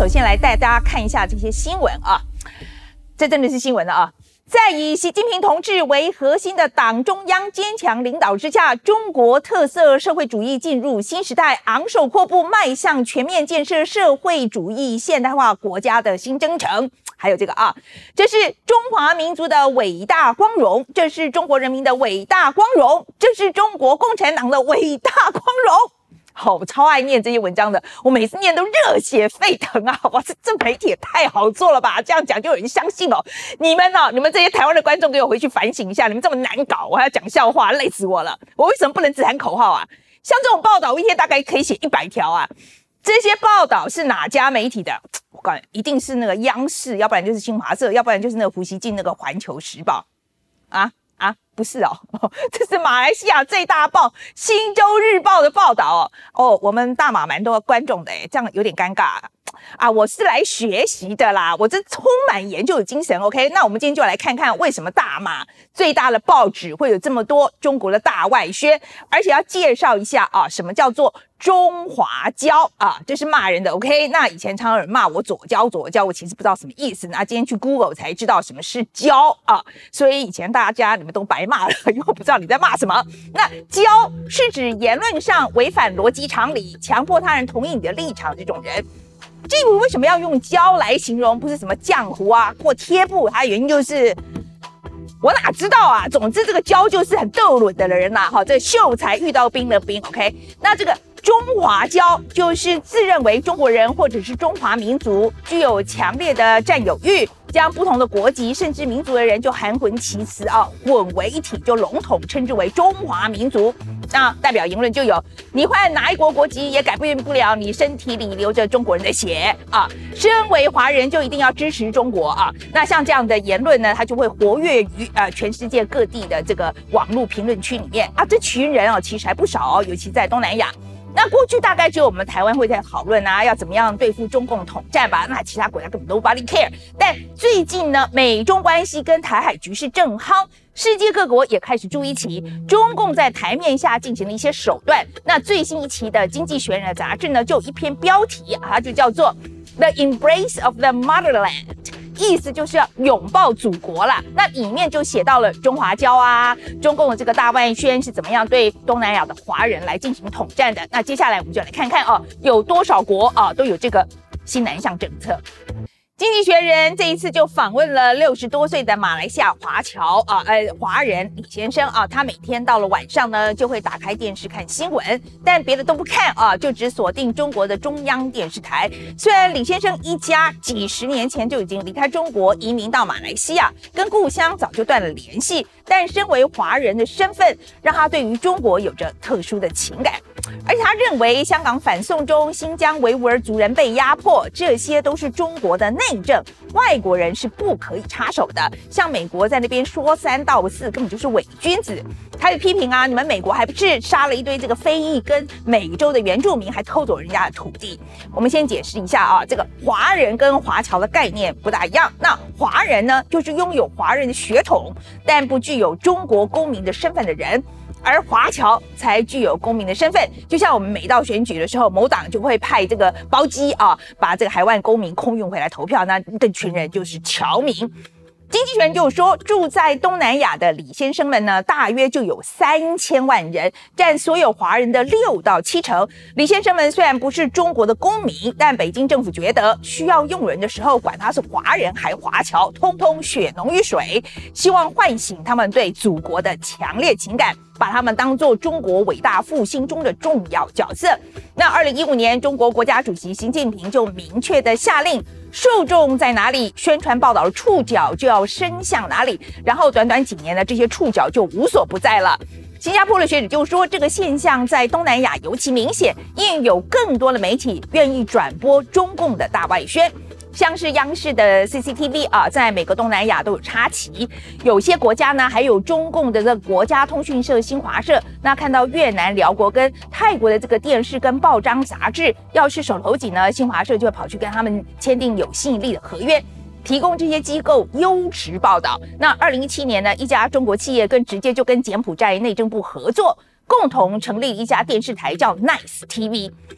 首先来带大家看一下这些新闻啊，这真的是新闻了啊。在以习近平同志为核心的党中央坚强领导之下，中国特色社会主义进入新时代，昂首阔步迈向全面建设社会主义现代化国家的新征程。还有这个啊，这是中华民族的伟大光荣，这是中国人民的伟大光荣，这是中国共产党的伟大光荣。好，我超爱念这些文章的，我每次念都热血沸腾啊！哇，这媒体也太好做了吧？这样讲就有人相信哦。你们这些台湾的观众给我回去反省一下，你们这么难搞，我还要讲笑话，累死我了。我为什么不能只喊口号啊？像这种报道，我一天大概可以写100条啊。这些报道是哪家媒体的？我告诉你，一定是那个央视，要不然就是新华社，要不然就是那个胡锡进那个环球时报啊。不是哦，这是马来西亚最大报《新洲日报》的报道哦。我们大马蛮多观众的这样有点尴尬啊。我是来学习的啦，我这充满研究的精神。OK， 那我们今天就来看看为什么大马最大的报纸会有这么多中国的大外宣，而且要介绍一下啊，什么叫做中华交啊？这是骂人的。OK， 那以前常有人骂我左交，我其实不知道什么意思。那今天去 Google 才知道什么是交啊，所以以前大家你们都白骂了，因为我不知道你在骂什么。那交是指言论上违反逻辑常理，强迫他人同意你的立场这种人。至于为什么要用交来形容，不是什么浆糊啊或贴布，它的原因就是我哪知道啊。总之这个交就是很斗伦的人啦，这秀才遇到兵的兵。 OK， 那这个中华交就是自认为中国人或者是中华民族具有强烈的占有欲，将不同的国籍甚至民族的人就含混其辞啊，混为一体，就笼统称之为中华民族。那代表言论就有，你换哪一国国籍也改变不了你身体里流着中国人的血啊！身为华人就一定要支持中国啊！那像这样的言论呢，它就会活跃于全世界各地的这个网络评论区里面啊。这群人啊，其实还不少尤其在东南亚。那过去大概只有我们台湾会在讨论啊，要怎么样对付中共统战吧？那其他国家根本 nobody care。但最近呢，美中关系跟台海局势正夯，世界各国也开始注意起中共在台面下进行了一些手段。那最新一期的《经济学人》杂志呢，就有一篇标题啊，它就叫做 The Embrace of the Motherland。意思就是要拥抱祖国啦。那里面就写到了中华交啊，中共的这个大外宣是怎么样对东南亚的华人来进行统战的。那接下来我们就来看看有多少国都有这个新南向政策。经济学人这一次就访问了60多岁的马来西亚华人李先生啊，他每天到了晚上呢就会打开电视看新闻，但别的都不看就只锁定中国的中央电视台。虽然李先生一家几十年前就已经离开中国移民到马来西亚，跟故乡早就断了联系，但身为华人的身份让他对于中国有着特殊的情感。而且他认为香港反送中、新疆维吾尔族人被压迫，这些都是中国的内政，外国人是不可以插手的。像美国在那边说3道4，根本就是伪君子。他就批评你们美国还不是杀了一堆这个非裔跟美洲的原住民，还偷走人家的土地。我们先解释一下这个华人跟华侨的概念不大一样。那华人呢，就是拥有华人的血统，但不具有中国公民的身份的人。而华侨才具有公民的身份，就像我们每到选举的时候，某党就会派这个包机把这个海外公民空运回来投票，那这群人就是侨民。经济学人就说，住在东南亚的李先生们呢，大约就有3000万人，占所有华人的6到7成。李先生们虽然不是中国的公民，但北京政府觉得需要用人的时候，管他是华人还华侨，通通血浓于水，希望唤醒他们对祖国的强烈情感，把他们当作中国伟大复兴中的重要角色。那2015年，中国国家主席习近平就明确的下令，受众在哪里，宣传报道的触角就要伸向哪里。然后短短几年呢，这些触角就无所不在了。新加坡的学者就说，这个现象在东南亚尤其明显，因为有更多的媒体愿意转播中共的大外宣。像是央视的 CCTV 在每个东南亚都有插旗，有些国家呢还有中共的这个国家通讯社新华社。那看到越南、辽国跟泰国的这个电视跟报章杂志要是手头紧呢，新华社就会跑去跟他们签订有吸引力的合约，提供这些机构优质报道。那2017年呢，一家中国企业直接就跟柬埔寨内政部合作，共同成立一家电视台叫 Nice TV。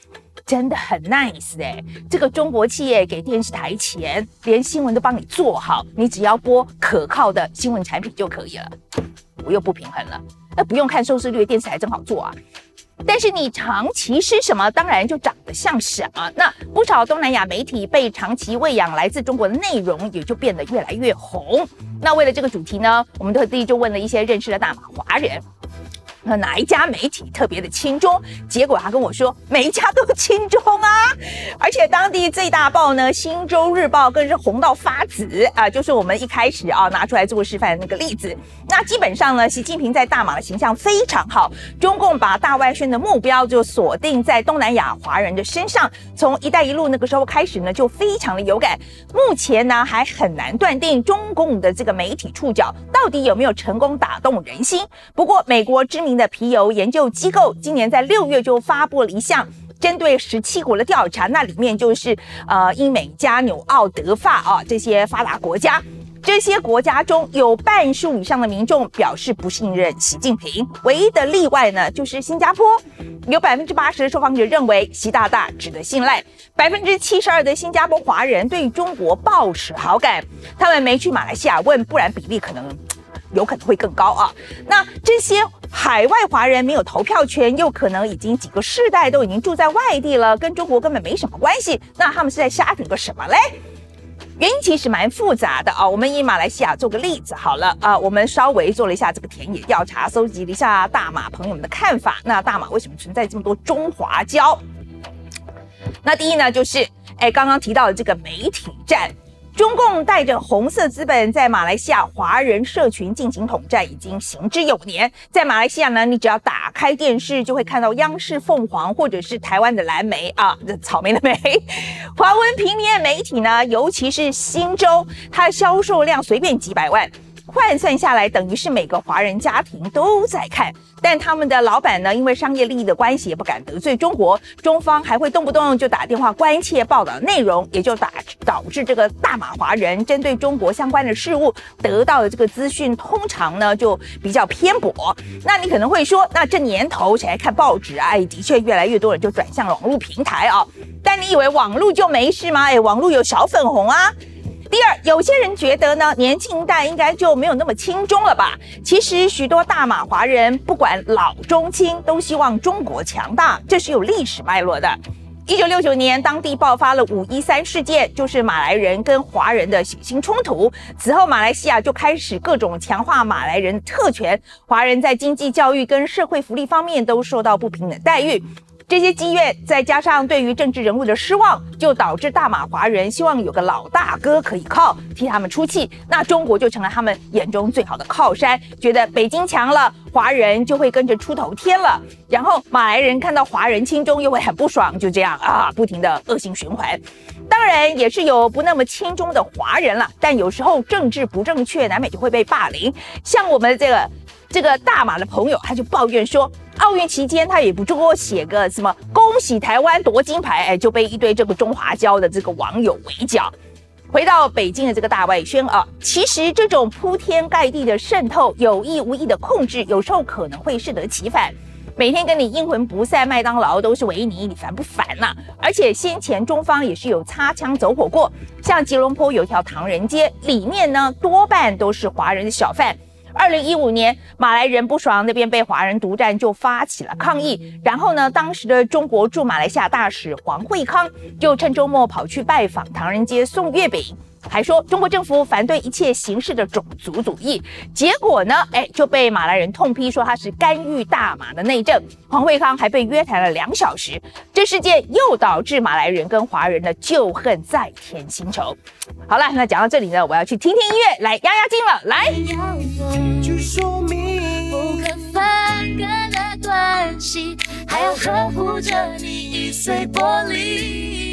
真的很 nice 这个中国企业给电视台钱，连新闻都帮你做好，你只要播可靠的新闻产品就可以了。我又不平衡了，那不用看收视率的电视台正好做啊。但是你长期吃什么，当然就长得像什么。那不少东南亚媒体被长期喂养来自中国的内容，也就变得越来越红。那为了这个主题呢，我们特地就问了一些认识的大马华人，哪一家媒体特别的亲中？结果他跟我说，每一家都亲中啊！而且当地最大报呢，《新洲日报》更是红到发紫啊，就是我们一开始拿出来做示范的那个例子。那基本上呢，习近平在大马的形象非常好，中共把大外宣的目标就锁定在东南亚华人的身上，从“一带一路”那个时候开始呢，就非常的有感。目前呢，还很难断定中共的这个媒体触角到底有没有成功打动人心。不过，美国知名的皮尤研究机构今年在6月就发布了一项针对17国的调查，那里面就是英美加纽澳德法这些发达国家。这些国家中有半数以上的民众表示不信任习近平，唯一的例外呢就是新加坡，有80%的受访者认为习大大值得信赖，72%的新加坡华人对中国抱持好感，他们没去马来西亚问，不然比例有可能会更高啊。那这些海外华人没有投票权，又可能已经几个世代都已经住在外地了，跟中国根本没什么关系，那他们是在瞎等个什么嘞？原因其实蛮复杂的啊，我们以马来西亚做个例子好了啊，我们稍微做了一下这个田野调查，搜集了一下大马朋友们的看法。那大马为什么存在这么多中华胶？那第一呢，就是刚刚提到的这个媒体战。中共带着红色资本在马来西亚华人社群进行统战，已经行之有年。在马来西亚呢，你只要打开电视，就会看到央视凤凰或者是台湾的蓝莓草莓的莓。华文平面媒体呢，尤其是新洲，它的销售量随便几百万。换算下来，等于是每个华人家庭都在看，但他们的老板呢，因为商业利益的关系，也不敢得罪中国，中方还会动不动就打电话关切报道内容，也就导致这个大马华人针对中国相关的事物得到的这个资讯，通常呢就比较偏颇。那你可能会说，那这年头谁还看报纸啊？的确越来越多人就转向网络平台啊。但你以为网络就没事吗？网络有小粉红啊。第二，有些人觉得呢，年轻一代应该就没有那么亲中了吧？其实许多大马华人不管老中青，都希望中国强大，这是有历史脉络的。1969年，当地爆发了513事件，就是马来人跟华人的血腥冲突。此后，马来西亚就开始各种强化马来人特权，华人在经济、教育跟社会福利方面都受到不平等待遇。这些积怨再加上对于政治人物的失望，就导致大马华人希望有个老大哥可以靠，替他们出气。那中国就成了他们眼中最好的靠山，觉得北京强了，华人就会跟着出头天了。然后马来人看到华人亲中又会很不爽，就这样不停的恶性循环。当然也是有不那么亲中的华人了，但有时候政治不正确，难免就会被霸凌。像我们这个大马的朋友，他就抱怨说，奥运期间他也不多写个什么恭喜台湾夺金牌，就被一堆这个中华胶的这个网友围剿。回到北京的这个大外宣其实这种铺天盖地的渗透，有意无意的控制，有时候可能会适得其反。每天跟你阴魂不散，麦当劳都是维尼，你烦不烦呐？而且先前中方也是有擦枪走火过，像吉隆坡有条唐人街，里面呢多半都是华人的小贩。2015年，马来人不爽那边被华人独占，就发起了抗议。然后呢，当时的中国驻马来西亚大使黄惠康就趁周末跑去拜访唐人街送月饼，还说中国政府反对一切形式的种族主义。结果呢，就被马来人痛批说他是干预大马的内政。黄惠康还被约谈了2小时。这事件又导致马来人跟华人的旧恨再添新仇。好了，那讲到这里呢，我要去听听音乐来压压惊了。来， 去说明不可分割的关系，还要呵护着你易碎玻璃。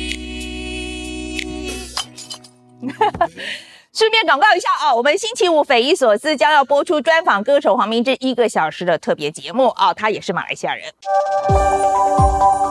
顺便广告一下我们星期五匪夷所思将要播出专访歌手黄明志1个小时的特别节目他也是马来西亚人。